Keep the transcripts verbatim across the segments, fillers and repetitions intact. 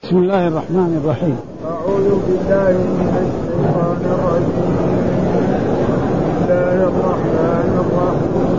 بسم الله الرحمن الرحيم. أعوذ بالله من الشيطان الرجيم. بسم الله الرحمن الرحيم.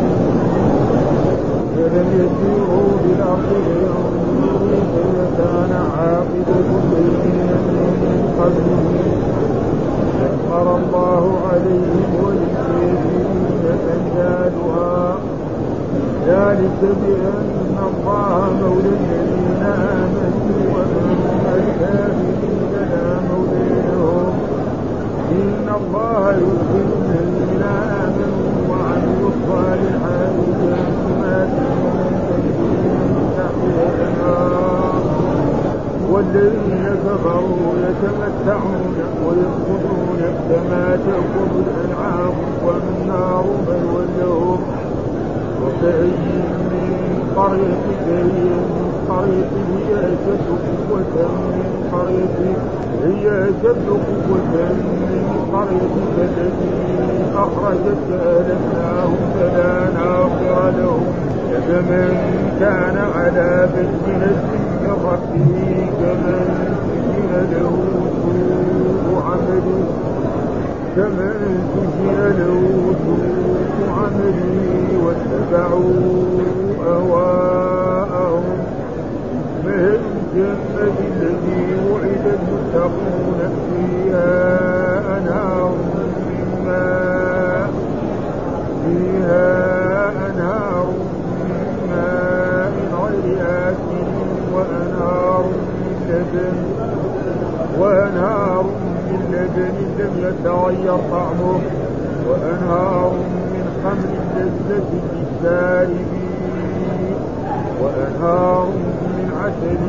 فلم يسيروا بالأرض فينظروا كيف كان عاقبة الذين من قبلهم دمر الله عليهم وللكافرين أمثالها ذلك بأن الله مولى الذين آمنوا وأن الكافرين لا مولى لهم. إن الله يدخل الذين آمنوا وعملوا الصالحات جنات تجري من تحتها الأنهار والذين كفروا يتمتعون ويرقدون كما ترقد الأنعام والنار مثوى لهم. وكأي من قرية هي قرية هي أشد قوة من قرية هي أشد قوة من قريتك التي أخرجتك أهلكناهم فلا ناصر لهم. فمن كان على بينة من ربه كمن سجن له سوء عمله كمن سجن له سوء عمله واتبعوا أهواءهم. مثل الجنة التي وعد المتقون فيها أنهار من ماء فيها أنهار من ماء غير آسن وأنهار من لبن وأنهار من لبن لم يتغير طعمه وأنهار من خمر لذة للشاربين وأنهار من عسل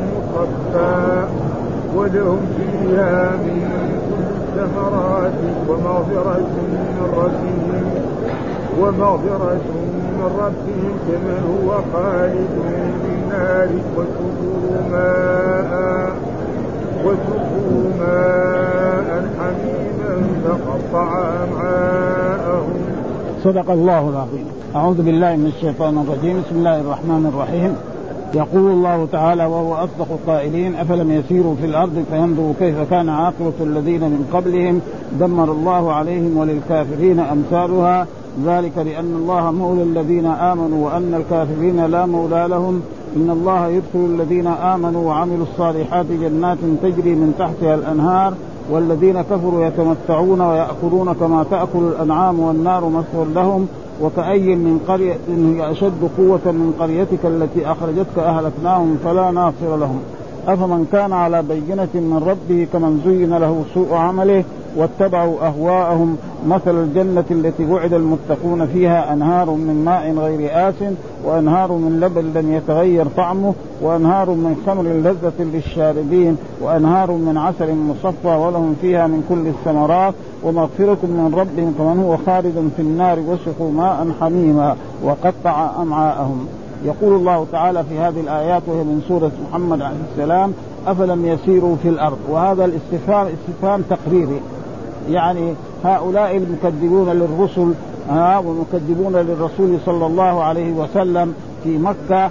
مصفى ولهم فيها من كل الثمرات ومغفرة من ربهم ومغفرة من ربهم كمن هو خالد في النار وسقوا ماء وسقوا ماء حميما فقطع أمعاءهم. صدق الله العظيم. أعوذ بالله من الشيطان الرجيم. بسم الله الرحمن الرحيم. يقول الله تعالى وهو أصدق القائلين أفلم يسيروا في الأرض فينظروا كيف كان عاقبة الذين من قبلهم دمر الله عليهم وللكافرين أمثالها ذلك بأن الله مولى الذين آمنوا وأن الكافرين لا مولى لهم. إن الله يدخل الذين آمنوا وعملوا الصالحات جنات تجري من تحتها الأنهار والذين كفروا يتمتعون ويأكلون كما تأكل الأنعام والنار مثوى لهم. وكأي من قرية هي أشد قوة من قريتك التي أخرجتك أهلكناهم فلا ناصر لهم. أفمن كان على بينة من ربه كمن زين له سوء عمله واتبعوا أهواءهم. مثل الجنة التي وعد المتقون فيها أنهار من ماء غير آسن وأنهار من لبن لم يتغير طعمه وأنهار من خمر لذة للشاربين وأنهار من عسل مصفى ولهم فيها من كل الثمرات ومغفرة من ربهم كمن هو خالد في النار وسقوا ماء حميما وقطع أمعاءهم. يقول الله تعالى في هذه الآيات وهي من سورة محمد عليه السلام أفلم يسيروا في الأرض. وهذا الاستفهام استفهام تقريري يعني هؤلاء المكذبون للرسل ها ومكذبون للرسول صلى الله عليه وسلم في مكة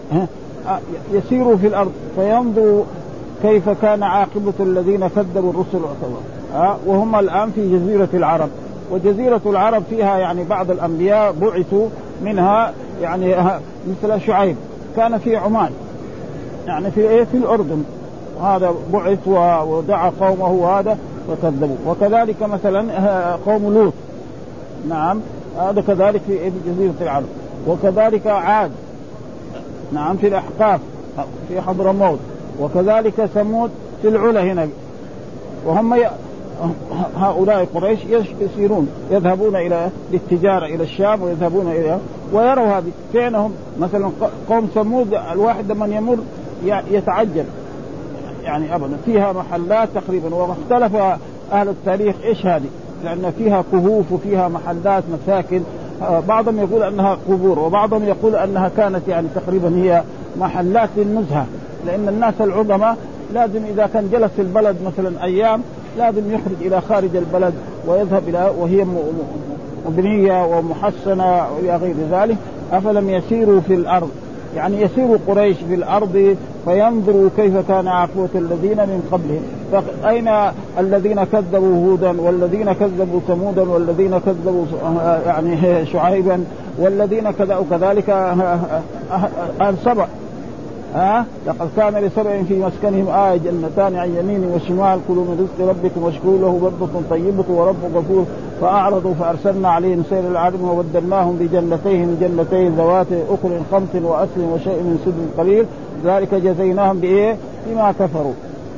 يسيروا في الأرض فينظروا كيف كان عاقبة الذين كذبوا الرسل وهم الآن في جزيرة العرب. وجزيرة العرب فيها يعني بعض الأنبياء بعثوا منها يعني مثل شعيب كان في عمان يعني في إيه في الأردن وهذا بعث ودعا قومه وهذا وكذبوا. وكذلك مثلا قوم لوط نعم هذا كذلك في جزيرة العرب. وكذلك عاد نعم في الأحقاف في حضرموت. وكذلك ثمود في العلا هنا. وهم ي... هؤلاء قريش يسيرون يذهبون إلى للتجارة إلى الشام ويذهبون إلى ويروا هذه فعلهم. مثلا قوم ثمود الواحد من يمر يتعجل يعني أبدا فيها محلات تقريبا. واختلف أهل التاريخ إيش هذه لأن فيها كهوف وفيها محلات مساكن. بعضهم يقول أنها قبور وبعضهم يقول أنها كانت يعني تقريبا هي محلات للنزهة لأن الناس العظماء لازم إذا كان جلس في البلد مثلا أيام لازم يخرج إلى خارج البلد ويذهب إلى وهي مبنية ومحسنة وإلى غير ذلك. أفلم يسيروا في الأرض يعني يسير قريش في الأرض فينظروا كيف كان عاقبة الذين من قبلهم. فأين الذين كذبوا هودا والذين كذبوا ثمودا والذين كذبوا يعني شعيبا والذين كذا وكذلك آل سبع. ها لقد كان لسبع في مسكنهم آية جنتان عن يمين وشمال كلوا من رزق ربكم واشكروا له بلدة طيبة ورب غفور فأعرضوا فأرسلنا عليهم سيل العرم وبدلناهم بجنتين جنتين ذوات أكل خمس وأصل وشيء من سدر قليل ذلك جزيناهم بإيه بما كفروا.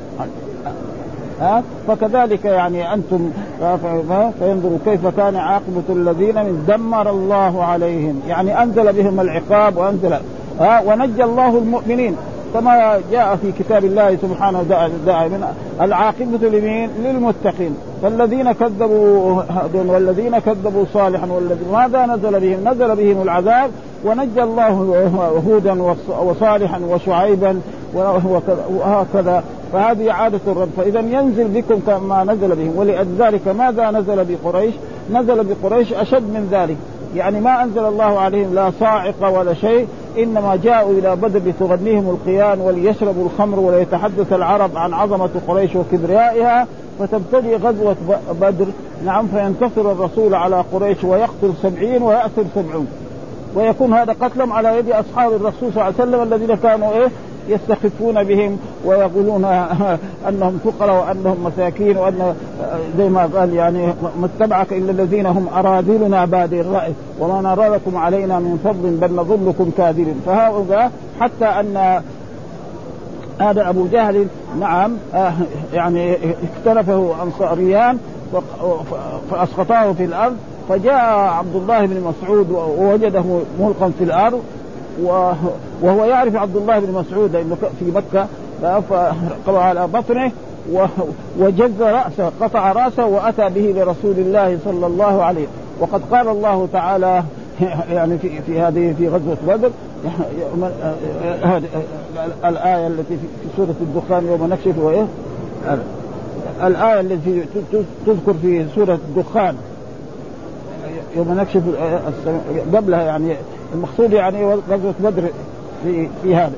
ها فكذلك يعني أنتم فينظروا كيف كان عاقبة الذين من دمر الله عليهم يعني أنزل بهم العقاب وأنزل ها ونجى الله المؤمنين كما جاء في كتاب الله سبحانه دائما العاقبة لمين للمتقين. فالذين كذبوا والذين كذبوا صالحا والذين ماذا نزل بهم نزل بهم العذاب ونجى الله هودا وصالحا وشعيبا وهكذا. فهذه عادة الرب. فإذا ينزل بكم كما نزل بهم. ولذلك ماذا نزل بقريش نزل بقريش أشد من ذلك يعني ما أنزل الله عليهم لا صاعقة ولا شيء إنما جاءوا إلى بدر لتغنيهم القيان وليشربوا الخمر وليتحدث العرب عن عظمة قريش وكبريائها فتبتدي غزوة بدر نعم فينتصر الرسول على قريش ويقتل سبعين ويأسر سبعون ويكون هذا قتلهم على يد أصحاب الرسول صلى الله عليه وسلم الذين كانوا إيه يستخفون بهم ويقولون أنهم فقراء وأنهم مساكين وأن زي ما قال يعني ما اتبعك إلا الذين هم أراذلنا بادي الرأي وما نرى لكم علينا من فضل بل نظنكم كاذبين. فهؤلاء حتى أن هذا أبو جهل نعم يعني اختلفه أنصاريان فأسقطاه في الأرض فجاء عبد الله بن مسعود ووجده ملقا في الأرض وهو يعرف عبد الله بن مسعود لأنه في مكة فقضى على بطنه وجز رأسه قطع رأسه وأتى به لرسول الله صلى الله عليه. وقد قال الله تعالى يعني في في هذه في غزوة بدر الآية التي في سورة الدخان يوم نكشف وإيه الآية التي تذكر في سورة الدخان يوم نكشف قبلها يعني المقصود يعني غزوة بدر في في هذا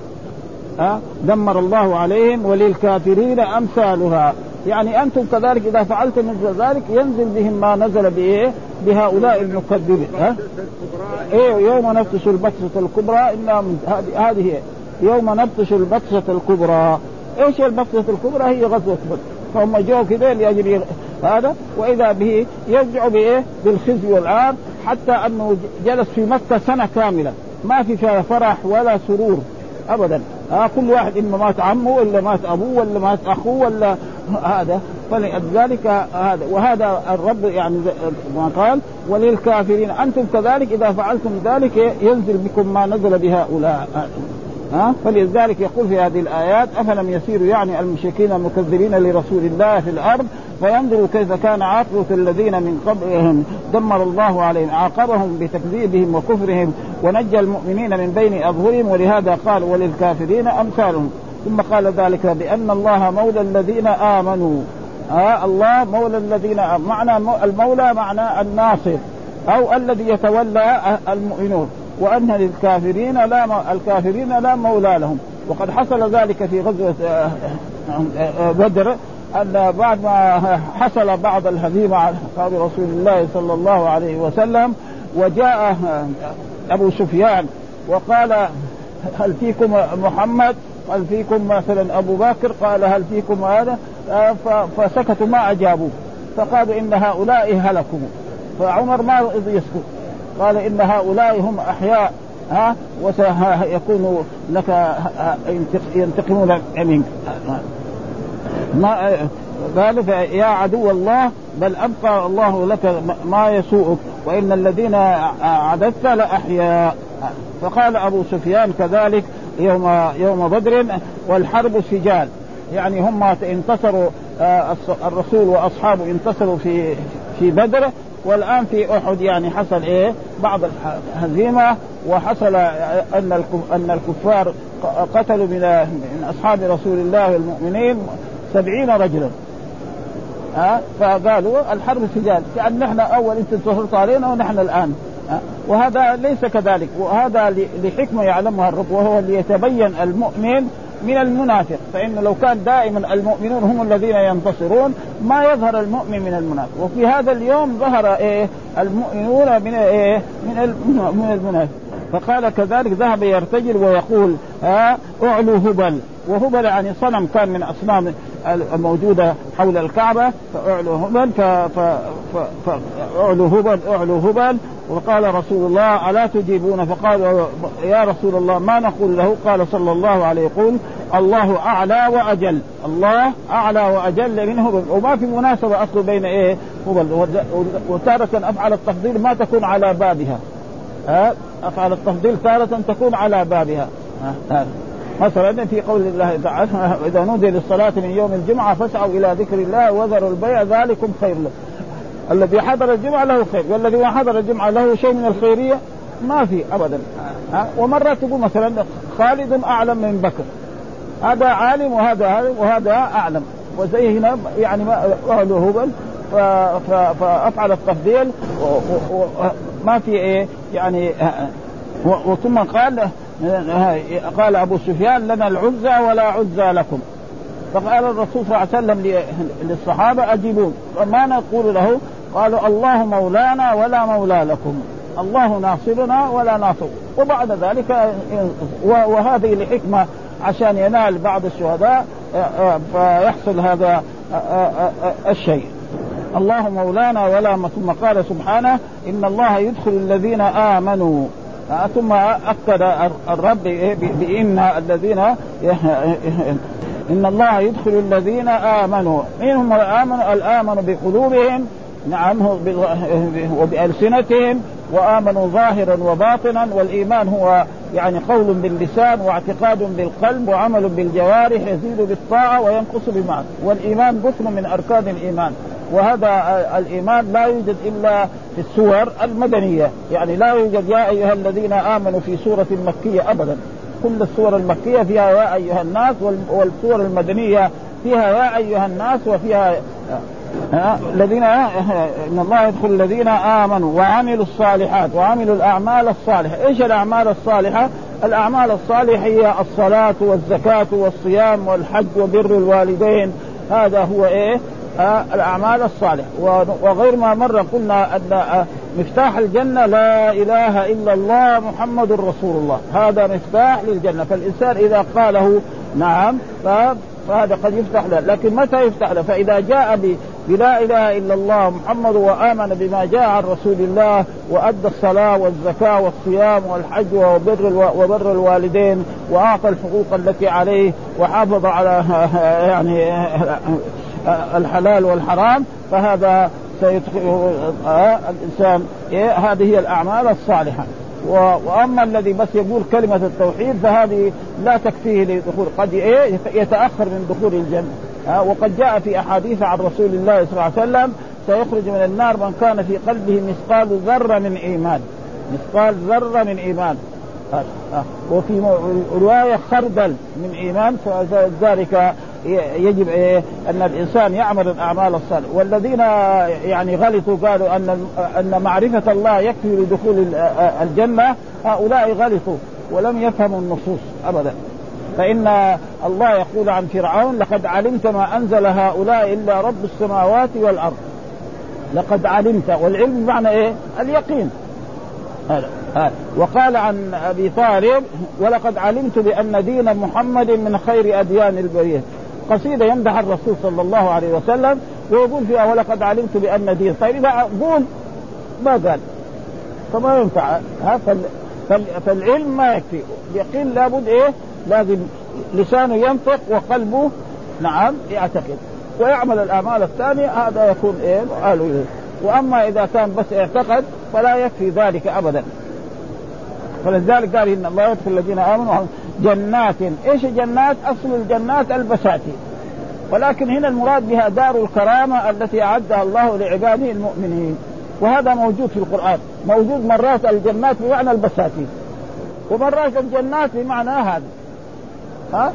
ها دمر الله عليهم وللكافرين أمثالها. يعني أنتم كذلك إذا فعلتم مثل ذلك ينزل بهم ما نزل بإيه بهؤلاء المكذبين. ها إيه يوم نبطش البطشة الكبرى إن هذه هي يوم نبطش البطشة الكبرى. إيش البطشة الكبرى؟ هي غزوة بدر. فهم جاءوا كذا لأجل هذا وإذا به يرجع بإيه بالخزي والعار حتى أنه جلس في مكة سنة كاملة ما في فيها فرح ولا سرور أبدا. آه كل واحد إما مات عمه ولا مات أبوه ولا مات أخوه ولا هذا. فلذلك هذا وهذا الرب يعني ما قال وللكافرين أنتم كذلك إذا فعلتم ذلك ينزل بكم ما نزل بهؤلاء. ها فلذلك يقول في هذه الآيات أفلم يسيروا يعني المشركين المكذبين لرسول الله في الأرض فينظروا كيف كان عاقبة الذين من قبلهم دمر الله عليهم عاقبهم بتكذيبهم وكفرهم ونجى المؤمنين من بين أظهرهم ولهذا قال وللكافرين أمثالهم. ثم قال ذلك بأن الله مولى الذين آمنوا. آه الله مولى الذين معنى المولى معنى الناصر أو الذي يتولى المؤمنون وأن للكافرين لا الكافرين لا مولى لهم. وقد حصل ذلك في غزوة بدر أن بعد ما حصل بعض الهزيمة على أصحاب رسول الله صلى الله عليه وسلم وجاء أبو سفيان وقال هل فيكم محمد هل فيكم مثلا أبو بكر قال هل فيكم هذا فسكتوا ما أجابوا فقالوا إن هؤلاء هلكوا. فعمر ما يسكت قال إن هؤلاء هم أحياء ها وسيكون لك ينتقمون منك. ما قالوا يا عدو الله بل أبقى الله لك ما يسوءك وإن الذين عددت لأحياء. فقال أبو سفيان كذلك يوم يوم بدر والحرب سجال يعني هم انتصروا الرسول وأصحابه انتصروا في في بدر والآن في أحد يعني حصل إيه بعض الهزيمة وحصل أن أن الكفار قتلوا من أصحاب رسول الله المؤمنين سبعين رجلا. ها فقالوا الحرب سجال يعني نحن أول أنت انتصرت علينا ونحن الآن. وهذا ليس كذلك، وهذا لحكمة يعلمها الرب، وهو ليتبين المؤمن من المنافق. فإن لو كان دائما المؤمنون هم الذين ينتصرون ما يظهر المؤمن من المنافق، وفي هذا اليوم ظهر إيه المؤمنون من إيه من المنافق. فقال كذلك ذهب يرتجل ويقول ها أعلو هبل، وهبل يعني صنم كان من أصنام الموجودة حول الكعبة، فأعلو هبل فأعلو هبل أعلو هبل. وقال رسول الله ألا تجيبون؟ فقال يا رسول الله ما نقول له؟ قال صلى الله عليه يقول الله أعلى وأجل، الله أعلى وأجل من هبل. وما في مناسبة أصل بين إيه هبل. وتارة أفعل التفضيل ما تكون على بابها، ها أفعل التفضيل تارة تكون على بابها. ها مثلا في قول الله تعالى إذا نودي للصلاة من يوم الجمعة فاسعوا إلى ذكر الله وذروا البيع ذلكم خير له. الذي حضر الجمعة له خير، والذي ما حضر الجمعة له شيء من الخيرية ما في أبدا. ها ومرة تقول مثلا خالد أعلم من بكر، هذا عالم وهذا عالم وهذا أعلم، وزي هنا يعني ما أهله هبل فأفعل التفضيل وما في إيه يعني. وثم قال قال أبو سفيان لنا العزى ولا عزى لكم. فقال الرسول صلى الله عليه وسلم للصحابة أجيبون وما نقول له؟ قالوا الله مولانا ولا مولى لكم، الله ناصرنا ولا ناصر. وبعد ذلك وهذه لحكمة عشان ينال بعض الشهداء فيحصل هذا الشيء. الله مولانا ولا. ثم قال سبحانه إن الله يدخل الذين آمنوا. ثم أكد الرب بإن الذين إن الله يدخل الذين آمنوا. منهم آمنوا الآمنوا بقلوبهم نعم وبألسنتهم، وآمنوا ظاهرا وباطنا. والإيمان هو يعني قول باللسان واعتقاد بالقلب وعمل بالجوارح، يزيد بالطاعة وينقص بالمعصية. والإيمان ركن من أركان الإيمان، وهذا الإيمان لا يوجد إلا في السور المدنية، يعني لا يوجد يا أيها الذين آمنوا في سورة المكية أبدا. كل السور المكية فيها يا أيها الناس، والسور المدنية فيها يا أيها الناس وفيها الذين إن الله يدخل الذين آمنوا وعملوا الصالحات وعملوا الأعمال الصالحة. إيش الأعمال الصالحة؟ الأعمال الصالحة هي الصلاة والزكاة والصيام والحج وبر الوالدين. هذا هو إيه آه الأعمال الصالحة. وغير ما مرة قلنا أن آه مفتاح الجنة لا إله إلا الله محمد رسول الله، هذا مفتاح للجنة. فالإنسان إذا قاله نعم فهذا قد يفتح له، لكن متى يفتح له؟ فإذا جاء بلا إله إلا الله محمد وآمن بما جاء عن رسول الله وأدى الصلاة والزكاة والصيام والحج وبر وبر الوالدين وأعطى الحقوق التي عليه وحافظ على يعني الحلال والحرام، فهذا سيدخل الإنسان هذه هي الأعمال الصالحة. وأما الذي بس يقول كلمة التوحيد فهذه لا تكفيه لدخول، قد يتأخر من دخول الجنة. وقد جاء في أحاديث عن رسول الله صلى الله عليه وسلم سيخرج من النار من كان في قلبه مثقال ذرة من إيمان، مثقال ذرة من إيمان. وفي رواية خردل من إيمان. فذلك يجب أن الإنسان يعمل الأعمال الصالحة. والذين يعني غلطوا قالوا أن أن معرفة الله يكفي لدخول الجنة، هؤلاء غلطوا ولم يفهموا النصوص أبدا. فإن الله يقول عن فرعون لقد علمت ما أنزل هؤلاء إلا رب السماوات والأرض. لقد علمت، والعلم معنى إيه؟ اليقين. هذا. وقال عن أبي طالب ولقد علمت بأن دين محمد من خير أديان البرية. قصيدة يمدح الرسول صلى الله عليه وسلم ويقول فيها ولقد علمت بأن دين. طيب إذا قول ما قال فما ينفع. فالعلم ما يكفي، اليقين لابد إيه؟ لازم لسانه ينطق وقلبه نعم يعتقد ويعمل الأعمال الثانية، هذا يكون إيه؟ قالوا إيه؟ وأما إذا كان بس اعتقد فلا يكفي ذلك أبدا. فلذلك قال إن الله يدخل الذين آمنوا جنات. إيش جنات؟ أصل الجنات البساتين، ولكن هنا المراد بها دار الكرامة التي أعدها الله لعباده المؤمنين. وهذا موجود في القرآن، موجود مرات الجنات بمعنى البساتين ومرات الجنات بمعنى هذا. ها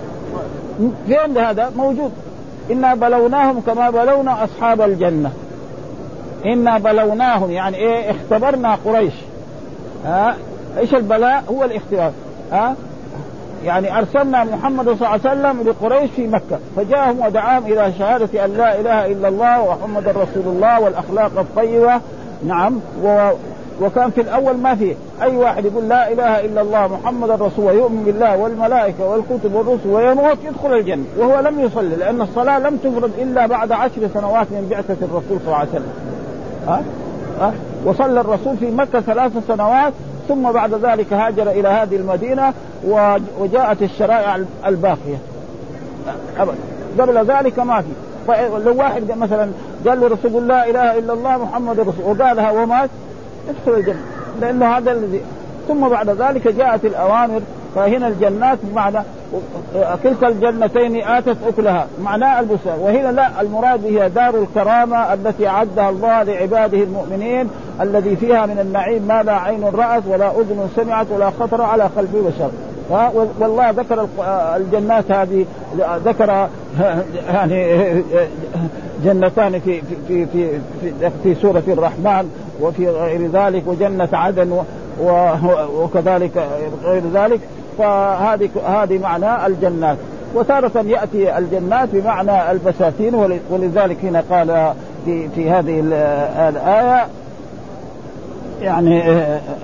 فين هذا موجود؟ إنا بلوناهم كما بلونا أصحاب الجنة. إنا بلوناهم يعني إيه؟ اختبرنا قريش ها ايش البلاء؟ هو الاختيار. ها يعني ارسلنا محمد صلى الله عليه وسلم لقريش في مكة فجاءهم ودعاهم الى شهادة ان لا اله الا الله ومحمد رسول الله والاخلاق الطيبة. نعم و وكان في الأول ما فيه أي واحد يقول لا إله إلا الله محمد الرسول ويؤمن بالله والملائكة والكتب والرسل ويموت يدخل الجنة وهو لم يصلي، لأن الصلاة لم تفرض إلا بعد عشر سنوات من بعثة الرسول صلى الله عليه وسلم. أه؟ أه؟ وصلى الرسول في مكة ثلاث سنوات ثم بعد ذلك هاجر إلى هذه المدينة وجاءت الشرائع الباقية. أبدا قبل ذلك ما في. لو واحد مثلا قال له رسول لا إله إلا الله محمد رسول وقالها ومات يدخل الجنة، لأنه هذا الذي. ثم بعد ذلك جاءت الأوامر، فهنا الجنات بمعنى كلتا الجنتين آتت أكلها معناه البستان، وهنا لا المراد هي دار الكرامة التي أعدها الله لعباده المؤمنين الذي فيها من النعيم ما لا عين رأت ولا أذن سمعت ولا خطر على قلب بشر. والله ذكر الجنات هذه، ذكر يعني جنتان في في في في, في سورة الرحمن وفي غير ذلك، وجنة عدن وكذلك غير ذلك. فهذه هذه معنى الجنات. وتارة يأتي الجنات بمعنى البساتين، ولذلك هنا قال في في هذه الآية يعني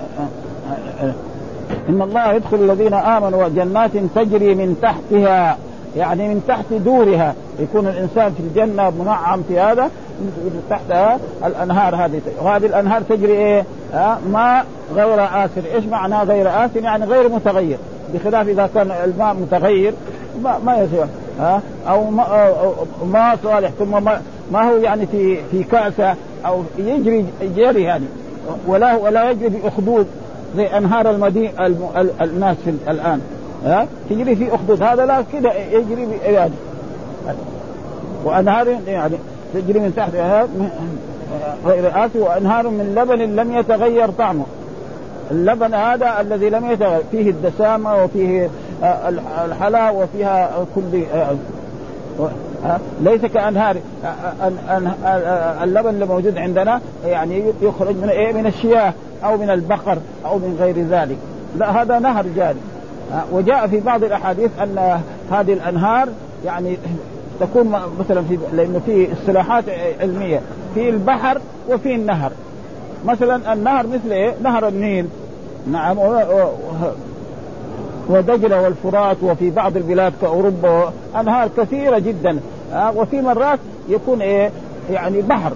إن الله يدخل الذين آمنوا جنات تجري من تحتها، يعني من تحت دورها يكون الإنسان في الجنة منعم في هذا، تحتها الأنهار هذه، وهذه الأنهار تجري إيه؟ آه ماء غير آسر. إيش معنى غير آسر؟ يعني غير متغير، بخلاف إذا كان الماء متغير ما ما يسوى ها أو ماء صالح ثم ما, ما هو يعني في في كأسة أو يجري جري يعني، ولا ولا يجري بأخدود زي أنهار المدينة الناس في الآن ها تجري في أخدود، هذا لا كده يجري يعني. وأنهار يعني تجري من تحت غير آسر، وأنهار من لبن لم يتغير طعمه. اللبن هذا الذي لم يتغير فيه الدسامة وفيه الحلا وفيها كل ليس كأنهار اللبن اللي موجود عندنا يعني يخرج من ايه؟ من الشياه او من البقر او من غير ذلك، لا هذا نهر جاري. وجاء في بعض الاحاديث ان هذه الانهار يعني تكون مثلا في، لانه في اصطلاحات علميه في البحر وفي النهر. مثلا النهر مثل ايه؟ نهر النيل نعم ودجلة والفرات، وفي بعض البلاد كأوروبا أنهار كثيرة جدا، وفي مرات يكون إيه يعني بحر.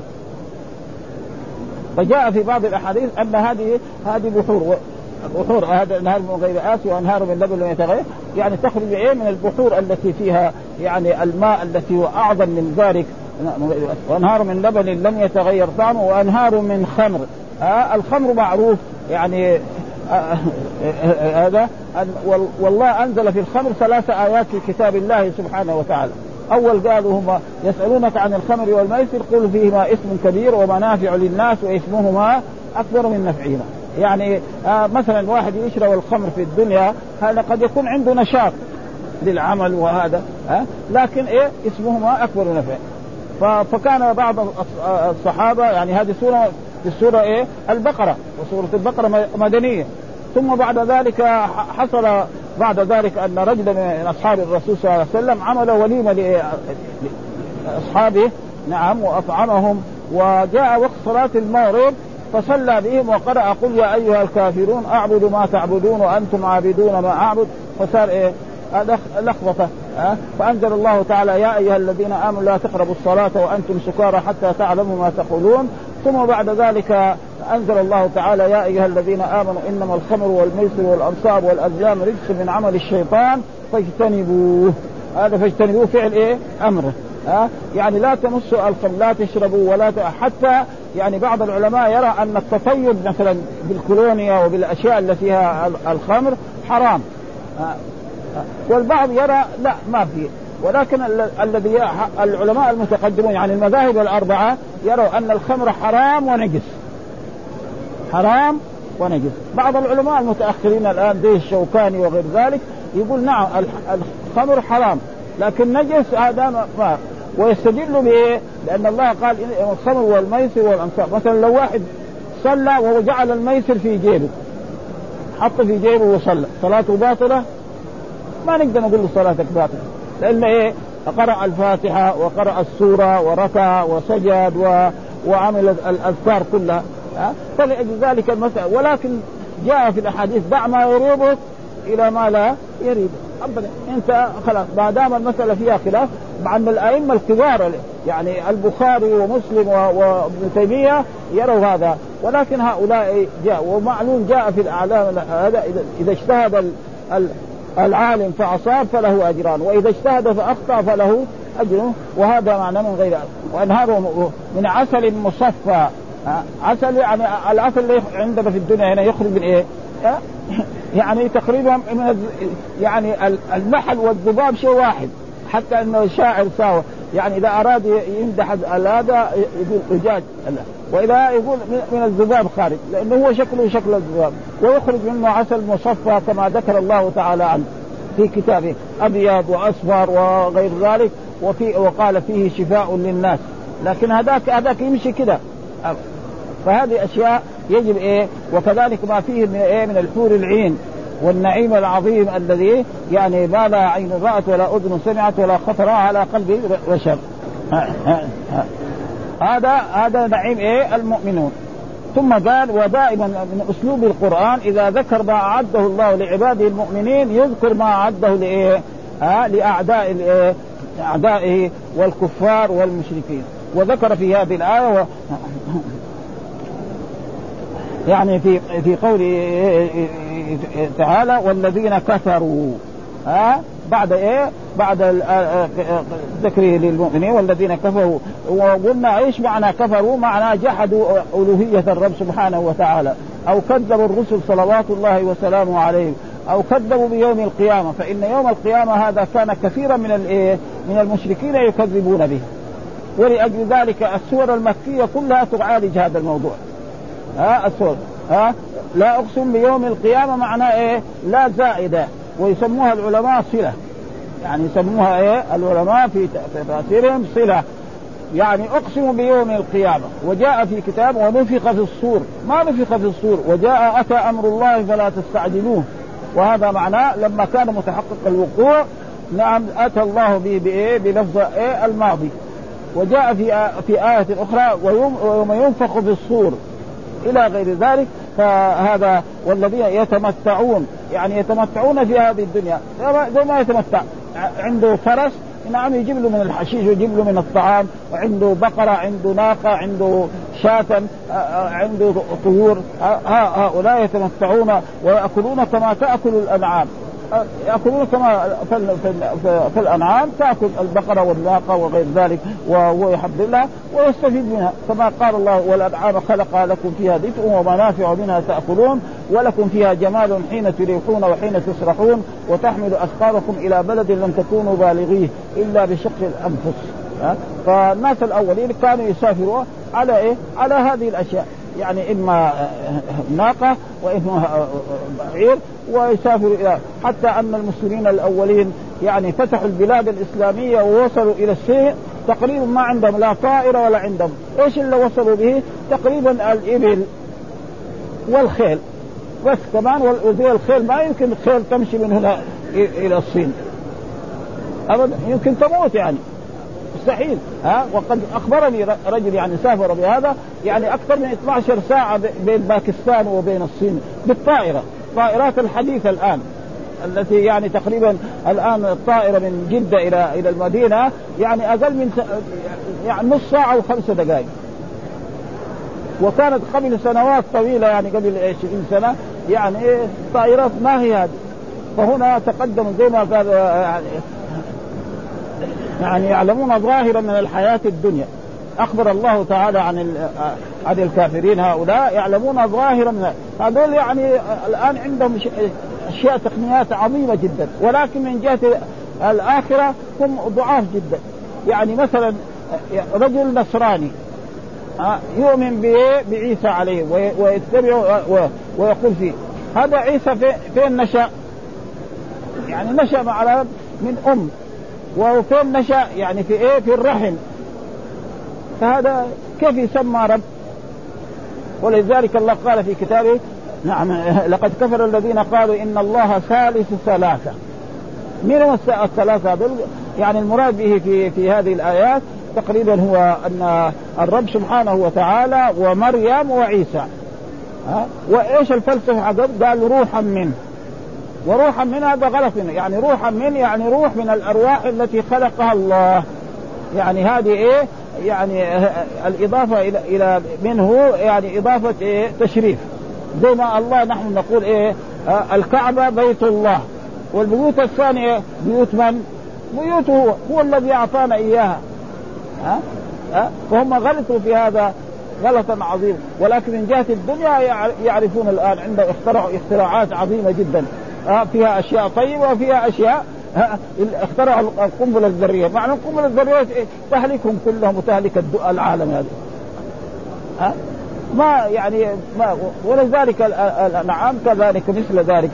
فجاء في بعض الأحاديث أن هذه هذه بحور بحور هذا أنهار من غير آسي وأنهار من لبن لم يتغير، يعني تخرج إيه من البحور التي فيها يعني الماء التي هو أعظم من ذلك. وأنهار من لبن لم يتغير طعمه وأنهار من خمر. آه الخمر معروف يعني هذا آه آه والله أنزل في الخمر ثلاث آيات في كتاب الله سبحانه وتعالى. أول قالوا هم يسألونك عن الخمر والميسر قل فيهما اسم كبير ومنافع للناس واسمهما أكبر من نفعهما. يعني آه مثلا واحد يشرب الخمر في الدنيا هذا قد يكون عنده نشاط للعمل وهذا آه لكن إيه اسمهما أكبر من نفعه. فكان بعض الصحابة يعني هذه سورة في السورة إيه البقرة، وسورة البقرة مدنية. ثم بعد ذلك حصل بعد ذلك أن رجلا من أصحاب الرسول صلى الله عليه وسلم عمل وليمة لأصحابه نعم وأطعمهم، وجاء وقت صلاة المغرب فصلى بهم وقرأ قل يا أيها الكافرون أعبد ما تعبدون وأنتم عابدون ما أعبد، فصار إيه لخبطة. أه؟ فأنزل الله تعالى يا أيها الذين آمنوا لا تقربوا الصلاة وأنتم سكارى حتى تعلموا ما تقولون. ثم بعد ذلك أنزل الله تعالى يا أيها الذين آمنوا إنما الخمر والميسر والأنصاب والأزلام رجس من عمل الشيطان فاجتنبوه. هذا فاجتنبوه فعل إيه أمره. أه؟ يعني لا تمسوا الخمر لا تشربوا ولا ت... حتى يعني بعض العلماء يرى أن التطيب مثلا بالكولونيا وبالأشياء التي فيها الخمر حرام. أه؟ والبعض يرى لا ما فيه، ولكن الذي العلماء المتقدمون يعني المذاهب الأربعة يروا أن الخمر حرام ونجس، حرام ونجس. بعض العلماء المتأخرين الآن زي الشوكاني وغير ذلك يقول نعم الخمر حرام لكن نجس هذا ما، ويستدل به لأن الله قال الخمر والميسر والأنصاب. مثلا لو واحد صلى وجعل الميسر في جيبه حط في جيبه وصلى صلاته باطلة؟ ما نقدر نقول له صلاتك باطلة، لأن إيه قرأ الفاتحة وقرأ السورة وركع وسجد و... وعمل الأذكار كلها. فلذلك المسألة، ولكن جاء في الأحاديث دع ما يريبك إلى ما لا يريد. أبدا أنت خلاص ما دام المسألة فيها خلاف، مع أن الأئمة الكبار يعني البخاري ومسلم وابن تيمية يروا هذا، ولكن هؤلاء جاء ومعلوم جاء في الأعلام هذا إذا اجتهد العالم فأصاب فله أجران، وإذا اجتهد فأخطأ فله أجر، وهذا معنى من غير. وأنهاره من عسل مصفى. عسل يعني العسل اللي عندنا في الدنيا هنا يخرج من إيه؟ يعني تقريبا من يعني المحل والذباب شيء واحد، حتى أنه الشاعر ساوى يعني إذا أراد يمدح هذا يقول أجاج، وإذا يقول من الذباب خارج، لأنه هو شكله شكل الذباب، ويخرج منه عسل مصفى كما ذكر الله تعالى عنه في كتابه، أبيض وأصفر وغير ذلك، وفي وقال فيه شفاء للناس. لكن هذاك هذاك يمشي كده. فهذه أشياء يجب إيه. وكذلك ما فيه من إيه من الحور العين والنعيم العظيم الذي يعني ما لا عين رأت ولا أذن سمعت ولا خطر على قلب بشر. هذا هذا نعيم إيه المؤمنون. ثم قال ودائما من أسلوب القرآن إذا ذكر ما أعده الله لعباده المؤمنين يذكر ما أعده لإيه آه لأعداء الإيه أعدائه والكفار والمشركين. وذكر في هذه الآية و... يعني في في قوله تعالى والذين كفروا ها آه بعد ايه بعد ذكره للمؤمنين والذين كفروا. وقلنا ايش معنى كفروا؟ معنى جحدوا ألوهية الرب سبحانه وتعالى، او كذبوا الرسل صلوات الله وسلامه عليهم، او كذبوا بيوم القيامة. فإن يوم القيامة هذا كان كثيرا من الايه من المشركين يكذبون به. ولأجل ذلك السور المكية كلها تعالج هذا الموضوع. ها السور ها لا أقسم بيوم القيامة معناه إيه لا زائدة، ويسموها العلماء صلة، يعني يسموها إيه العلماء في تفسيرهم صلة، يعني أقسم بيوم القيامة. وجاء في كتاب ونفخ في الصور، ما نفخ في الصور وجاء أتى أمر الله فلا تستعجلوه، وهذا معناه لما كان متحقق الوقوع نعم أتى الله به بإيه بلفظ إيه الماضي. وجاء في في آية أخرى ويوم ينفخ في الصور إلى غير ذلك. فهذا والذين يتمتعون يعني يتمتعون في هذه الدنيا زي ما يتمتع عنده فرس نعم يجيب له من الحشيش ويجيب له من الطعام، وعنده بقرة عنده ناقة عنده شاة عنده طيور. هؤلاء يتمتعون ويأكلون كما تأكل الأنعام، يأكلون كما في الأنعام تأكل البقرة والناقة وغير ذلك، وهو يحب الله ويستفيد منها كما قال الله والأنعام خلق لكم فيها دفء ومنافع منها تأكلون ولكم فيها جمال حين تريحون وحين تسرحون وتحمل أثقالكم إلى بلد لم تكونوا بالغيه إلا بشق الأنفس. فالناس الأولين كانوا يسافروا على إيه على هذه الأشياء، يعني إما ناقة وإما بعير، ويسافروا إلى حتى أن المسلمين الأولين يعني فتحوا البلاد الإسلامية ووصلوا إلى الصين تقريبا ما عندهم لا طائرة ولا عندهم إيش اللي وصلوا به تقريبا الإبل والخيل بس كمان. وزي الخيل ما يمكن الخيل تمشي من هنا إلى الصين أبدا، يمكن تموت يعني مستحيل. ها وقد أخبرني رجل يعني سافر بهذا يعني أكثر من اثنتي عشرة ساعة بين باكستان وبين الصين بالطائرة، طائرات الحديثة الآن التي يعني تقريبا الآن الطائرة من جدة إلى إلى المدينة يعني أقل من يعني نص ساعة وخمسة دقائق، وكانت قبل سنوات طويلة يعني قبل عشرين سنة يعني طائرات ما هي هذه. فهنا تقدم زي ما قال يعني يعني يعلمون ظاهرا من الحياة الدنيا. أخبر الله تعالى عن عن الكافرين هؤلاء يعلمون ظاهرا من هذول يعني الآن عندهم أشياء تقنيات عظيمة جدا، ولكن من جهة الآخرة هم ضعاف جدا. يعني مثلا رجل نصراني يؤمن بعيسى عليه ويتبعه ويقول فيه هذا عيسى فين نشأ؟ يعني نشأ مع من أم، وفين نشأ يعني في إيه في الرحم، فهذا كيف يسمى رب؟ ولذلك الله قال في كتابه نعم لقد كفر الذين قالوا إن الله ثالث ثلاثة. من هم الثلاثة دول؟ يعني المراد به في في هذه الآيات تقريبا هو أن الرب سبحانه وتعالى ومريم وعيسى. ها وإيش الفلسفة عقب؟ قال روحا منه، وروحا من هذا غلط منه، يعني روحا من يعني روح من الأرواح التي خلقها الله. يعني هذه إيه؟ يعني الإضافة إلى إلى منه يعني إضافة إيه؟ تشريف. زي ما الله نحن نقول إيه؟ آه الكعبة بيت الله، والبيوت الثانية بيوت من؟ بيوته هو, هو الذي أعطانا إياها. ها؟ ها؟ فهم غلطوا في هذا غلطا عظيما، ولكن من جهة الدنيا يعرفون الآن عندهم اخترعوا اختراعات عظيمة جدا فيها أشياء طيبة وفيها أشياء اخترعوا القنبلة الذرية. معنى القنبلة الذرية تهلكهم كلهم وتهلك العالم هذا. ها ما يعني ما ولذلك الأنعام كذلك مثل ذلك.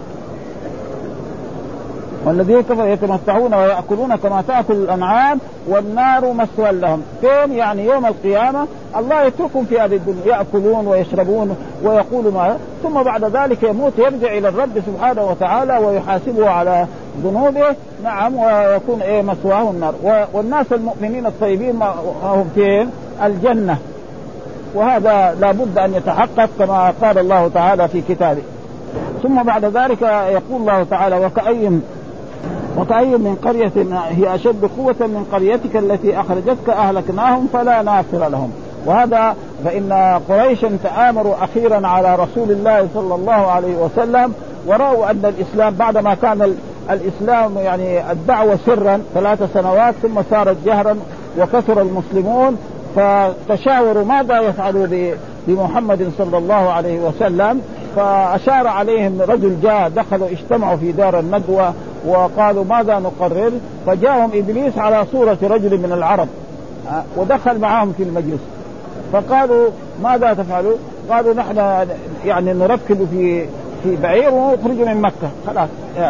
والذين كفروا يتمتعون ويأكلون كما تأكل الأنعام والنار مثوى لهم. فين؟ يعني يوم القيامة الله يتركهم في هذه الدنيا يأكلون ويشربون ويقولوا ما، ثم بعد ذلك يموت يرجع إلى الرب سبحانه وتعالى ويحاسبه على ذنوبه. نعم ويكون إيه مثواه النار. والناس المؤمنين الطيبين هم فين؟ الجنة. وهذا لا بد أن يتحقق كما قال الله تعالى في كتابه. ثم بعد ذلك يقول الله تعالى وكأي وكأي من قرية هي أشد قوة من قريتك التي أخرجتك أهلكناهم فلا ناصر لهم. وهذا فإن قريشا تآمروا أخيرا على رسول الله صلى الله عليه وسلم، ورأوا أن الإسلام بعدما كان الإسلام يعني الدعوة سرا ثلاث سنوات ثم صارت جهرا وكثر المسلمون، فتشاوروا ماذا يفعلوا بمحمد صلى الله عليه وسلم. فأشار عليهم رجل جاء دخلوا اجتمعوا في دار الندوة وقالوا ماذا نقرر، فجاءهم إبليس على صورة رجل من العرب ودخل معهم في المجلس. فقالوا ماذا تفعلوا؟ قالوا نحن يعني نركب في في بعير ونخرج من مكة خلاص.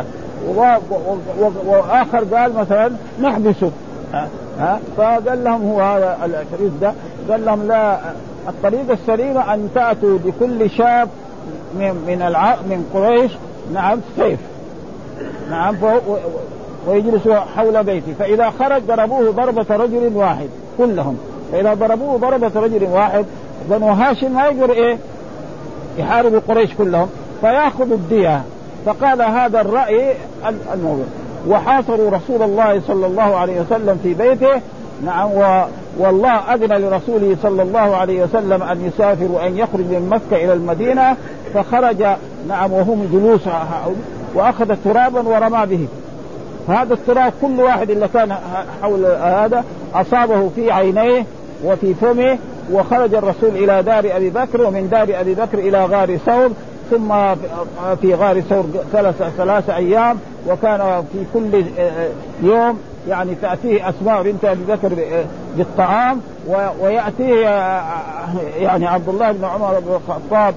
وآخر قال مثلا نحبسه. ها فقال لهم هو هذا العفريت ده قال لهم لا، الطريقة السليمة أن تأتوا بكل شاب من من الع... من قريش نعم سيف نعم ويجلسوا حول بيتي، فإذا خرج ضربوه ضربة رجل واحد كلهم، فإذا ضربوه ضربة رجل واحد بنو هاشم ما يقدر إيه يحاربوا قريش كلهم فيأخذوا الدية. فقال هذا الرأي الموضوع، وحاصروا رسول الله صلى الله عليه وسلم في بيته. نعم و... والله أذن لرسوله صلى الله عليه وسلم أن يسافر وأن يخرج من مكة إلى المدينة، فخرج نعم وهم جلوس وأخذ ترابا ورمى به. فهذا التراب كل واحد اللي كان حول هذا أصابه في عينيه وفي فمه. وخرج الرسول إلى دار أبي بكر، ومن دار أبي بكر إلى غار ثور، ثم في غار ثور ثلاث ثلاث أيام. وكان في كل يوم يعني تأتيه أسماء بنت أبي بكر بالطعام، ويأتيه يعني عبد الله بن عمر بن الخطاب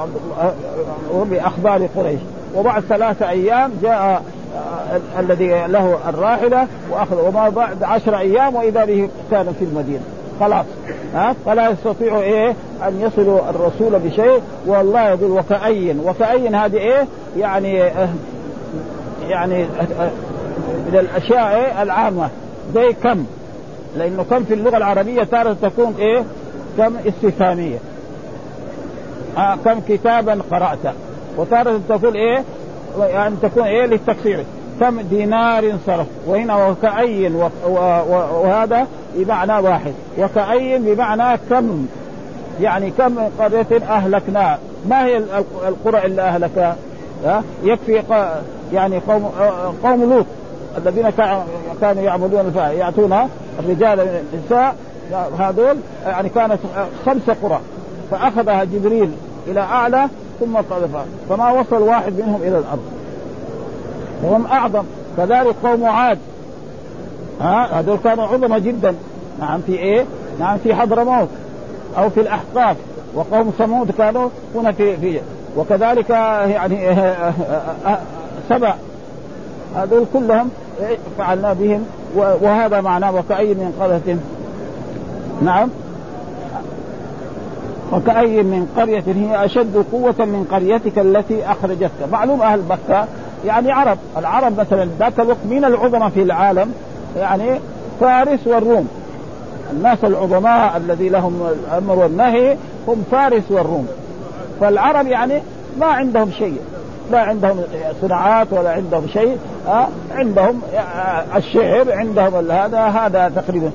بأخبار قريش. وبعد ثلاثة أيام جاء الذي له الراحلة وأخذ، وما بعد عشر أيام وإذا به كان في المدينة خلاص. ها فلا يستطيع إيه أن يصلوا الرسول بشيء. والله يقول وكأين وكأين هذه إيه يعني يعني من الأشياء إيه العامة زي كم، لأنه كم في اللغة العربية تارة تكون إيه كم استفهامية. آه كم كتابا قرأت، وتارة تقول إيه يعني تكون إيه للتكسير كم دينار صرف. وهنا وكأين وهذا بمعنى واحد، وكأين بمعنى كم، يعني كم قرية أهلكنا. ما هي القرى اللي أهلكها؟ يكفي يعني قوم قوم لوط الذين كانوا يعبدون الفاعل يأتون الرجال من النساء، هذول يعني كانت خمسة قرى، فأخذها جبريل إلى أعلى ثم قذفها فما وصل واحد منهم إلى الأرض وهم أعظم. كذلك قوم عاد، ها هذول كانوا عظمة جدا. نعم في إيه نعم في حضرموت أو في الأحقاف. وقوم ثمود كانوا هنا في في وكذلك يعني سبع، هذول كلهم فعلنا بهم. وهذا معناه وكأي من قرية نعم وكأي من قرية هي أشد قوة من قريتك التي أخرجتك. معلوم أهل مكة يعني عرب، العرب مثلا ذاك الوقت من العظماء في العالم يعني فارس والروم، الناس العظماء الذي لهم الأمر والنهي هم فارس والروم. فالعرب يعني ما عندهم شيء، لا عندهم صناعات ولا عندهم شيء، آه عندهم الشعر، عندهم هذا هذا تقريبا.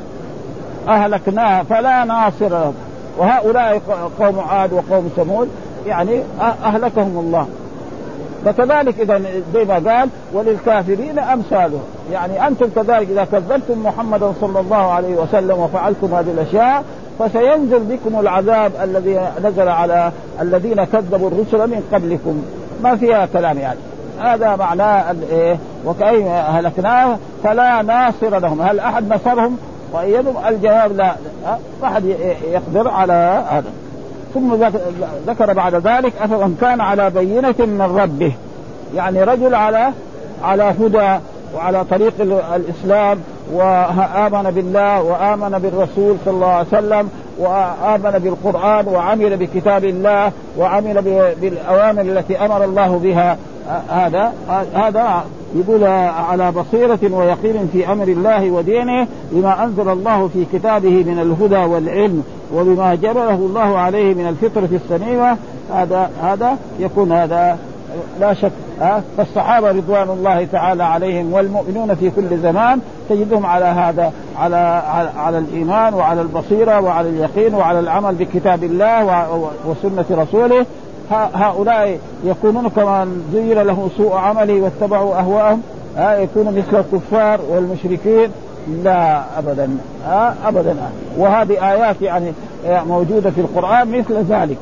أهلكناها فلا ناصر لهم. وهؤلاء قوم عاد وقوم ثمود يعني أهلكهم الله. فكذلك إذا زي ما قال وللكافرين أمثاله، يعني أنتم كذلك إذا كذبتم محمدا صلى الله عليه وسلم وفعلتم هذه الأشياء فسينزل بكم العذاب الذي نزل على الذين كذبوا الرسل من قبلكم. ما فيها كلام يعني. هذا معناه إيه؟ وكأي أهلكناه فلا ناصر لهم. هل أحد نصرهم وأيدهم؟ الجواب لا، ما أحد يقدر على هذا. ثم ذكر بعد ذلك أفمن كان على بينة من ربه، يعني رجل على على هدى وعلى طريق الإسلام وآمن بالله وآمن بالرسول صلى الله عليه وسلم وآمن بالقرآن وعمل بكتاب الله وعمل بالأوامر التي أمر الله بها. هذا هذا يقول على بصيرة ويقين في أمر الله ودينه بما أنزل الله في كتابه من الهدى والعلم وبما جبله الله عليه من الفطرة السليمة. هذا هذا يكون هذا لا شك. فالصحابة رضوان الله تعالى عليهم والمؤمنون في كل زمان تجدهم على هذا، على على, على الإيمان وعلى البصيرة وعلى اليقين وعلى العمل بكتاب الله وسنة رسوله. هؤلاء يكونون كمان زين له سوء عمله واتبعوا أهواءهم، يكونوا مثل الكفار والمشركين. لا أبدا أبدا. وهذه آيات يعني موجودة في القرآن مثل ذلك.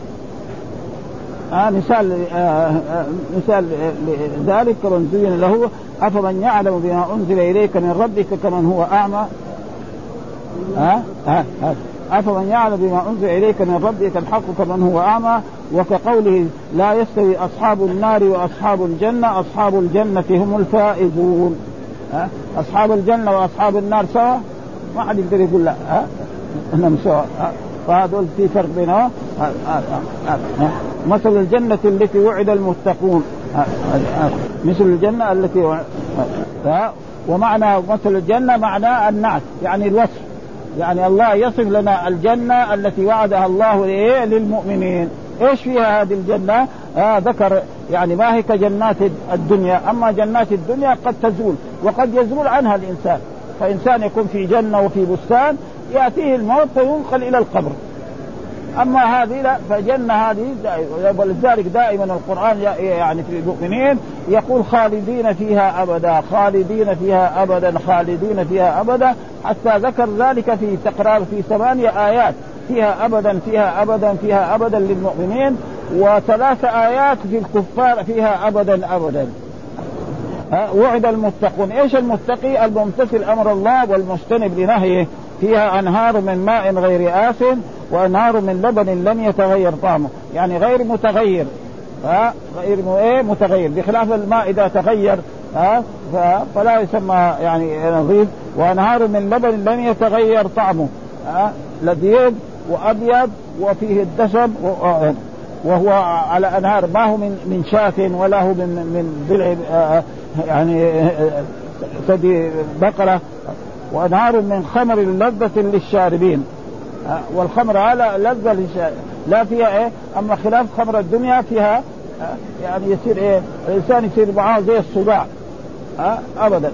آه مثال آه مثال ذلك كمن زين له أفمن يعلم بما أنزل إليك من ربك كمن هو أعمى. ها ها ها أفمن يعلم بما أنزل إليك من ربك الحق كمن هو أعمى. وكقوله لا يستوي أصحاب النار وأصحاب الجنة أصحاب الجنة هم الفائزون. ها أصحاب الجنة وأصحاب النار سوا؟ ما حد يقدر يقول لا، ها انهم سوا. فهذول في فرق بينهم. مثل الجنة التي وعد المتقون، مثل الجنة التي وعد. ومعنى مثل الجنة معناه النعت يعني الوصف، يعني الله يصف لنا الجنة التي وعدها الله للمؤمنين. ايش فيها هذه الجنة؟ آه ذكر يعني ما هي كجنات الدنيا، اما جنات الدنيا قد تزول وقد يزول عنها الانسان. فانسان يكون في جنة وفي بستان يأتيه الموت فينقل إلى القبر. أما هذه لا، فجنة هذه ولذلك دائما القرآن يعني في المؤمنين يقول خالدين فيها أبدا، خالدين فيها أبدا، خالدين فيها أبدا، حتى ذكر ذلك في تقرار في ثمانية آيات فيها أبدا فيها أبدا فيها أبدا للمؤمنين، وثلاث آيات في الكفار فيها أبدا أبدا. وعد المتقون. ايش المتقي؟ الممتثل امر الله والمجتنب لنهيه. فيها انهار من ماء غير آسن وانهار من لبن لم يتغير طعمه، يعني غير متغير. ها غير ايه متغير، بخلاف الماء اذا تغير ها فلا يسمى يعني نظيف. وانهار من لبن لم يتغير طعمه، ها لذيذ وابيض وفيه الدسم، وهو على انهار ما هو من من شاة ولا هو من من ضلع يعني ثدي بقرة. وانهار من خمر لذة للشاربين، والخمر على لذة للشاربين لا فيها ايه. اما خلاف خمر الدنيا فيها يعني يصير ايه الانسان يصير معاه زي الصداع ابدا.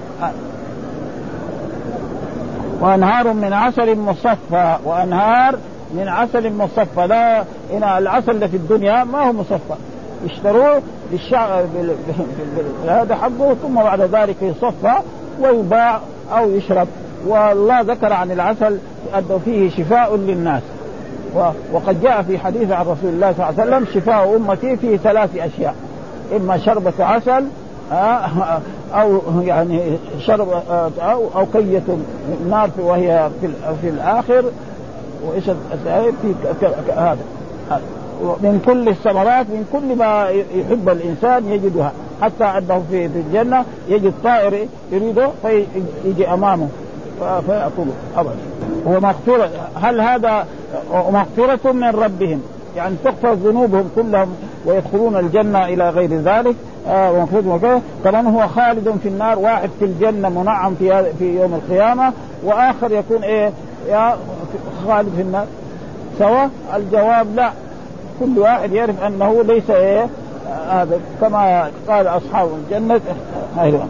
وانهار من عسل مصفى، وانهار من عسل مصفى. لا هنا العسل اللي في الدنيا ما هو مصفى، يشتروه بالشعر هذا حقه، ثم بعد ذلك يصفى ويباع أو يشرب. والله ذكر عن العسل أنه فيه شفاء للناس، وقد جاء في حديث عن رسول الله صلى الله عليه وسلم شفاء أمتي في ثلاث أشياء: إما شربة عسل أو يعني شرب أو أو كية نار وهي في في الآخر، وإيش في هذا من كل الثمرات، من كل ما يحب الإنسان يجدها، حتى أنه في الجنة يجد طائر يريده فيجي أمامه فيأكله أبدا. ومغفرة. هل هذا ومغفرة من ربهم، يعني تغفر ذنوبهم كلهم ويدخلون الجنة إلى غير ذلك. آه ومغفرة كمان هو خالد في النار، واحد في الجنة منعم في في يوم القيامة، وآخر يكون إيه يا خالد في النار سواء. الجواب لا، كل واحد يعرف أنه ليس إيه هذا آه كما قال أصحاب الجنة. أيضا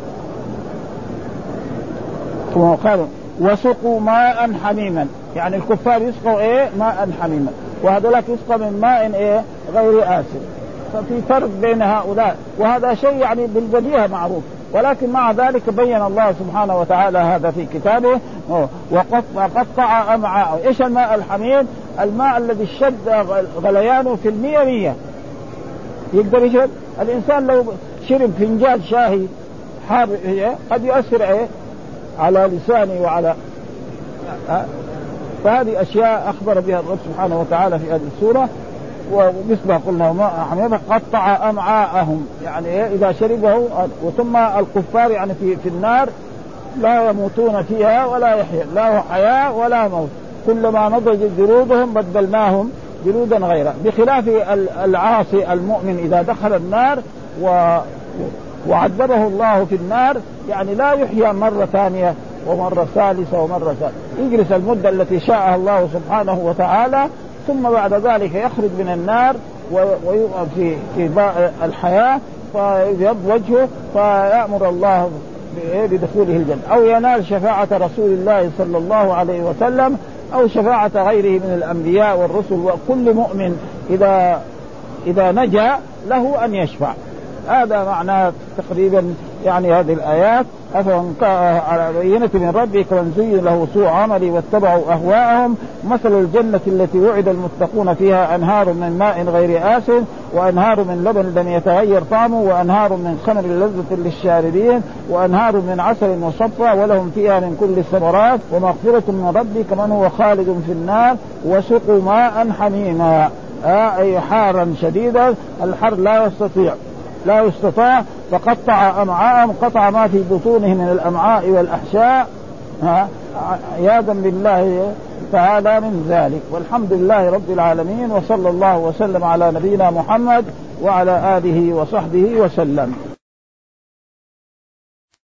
قالوا وسقوا ماء حميما، يعني الكفار يسقوا إيه ماء حميما، وهذولاك يسقى من ماء إيه غير آسن. ففي فرق بين هؤلاء، وهذا شيء يعني بالبديهة معروف، ولكن مع ذلك بين الله سبحانه وتعالى هذا في كتابه. وقطع أمعاء. إيش الماء الحميم؟ الماء الذي اشتد غليانه في المية مية يقدر يشرب. الإنسان لو شرب فنجان شاهي حار قد يؤثر إيه على لسانه وعلى أه؟ فهذه أشياء أخبر بها الرب سبحانه وتعالى في هذه السورة. ومثل قلنا ماء حميم قطع أمعاءهم، يعني إيه إذا شربه. وثم الكفار يعني في, في النار لا يموتون فيها ولا يحيى، لا حياة ولا موت، كلما نضجت جلودهم بدلناهم جلودا غيرها. بخلاف العاصي المؤمن إذا دخل النار و وعذبه الله في النار يعني لا يحيى مرة ثانية ومرة ثالثة ومرة ثالثة، يجلس المدة التي شاءها الله سبحانه وتعالى، ثم بعد ذلك يخرج من النار ويبقى في في الحياة فيبيض وجهه فيأمر الله بدخوله الجنة، أو ينال شفاعة رسول الله صلى الله عليه وسلم، أو شفاعة غيره من الأنبياء والرسل. وكل مؤمن إذا إذا نجا له أن يشفع. هذا معناه تقريبا يعني هذه الآيات. أفمن كان على بينة من ربه كمن زين له سوء عمله واتبعوا أهواءهم مثل الجنة التي وعد المتقون فيها أنهار من ماء غير آسن وأنهار من لبن لم يتغير طعمه وأنهار من خمر لذة للشاربين وأنهار من عسل مصفى ولهم فيها من كل الثمرات ومغفرة من ربه كمن هو خالد في النار وسقوا ماء حميما. آه أي حارا شديدا، الحر لا يستطيع لا يستطاع فقطع أمعاءهم، قطع ما في بطونهم من الأمعاء والأحشاء عياذا بالله تعالى من ذلك. والحمد لله رب العالمين، وصلى الله وسلم على نبينا محمد وعلى آله وصحبه وسلم.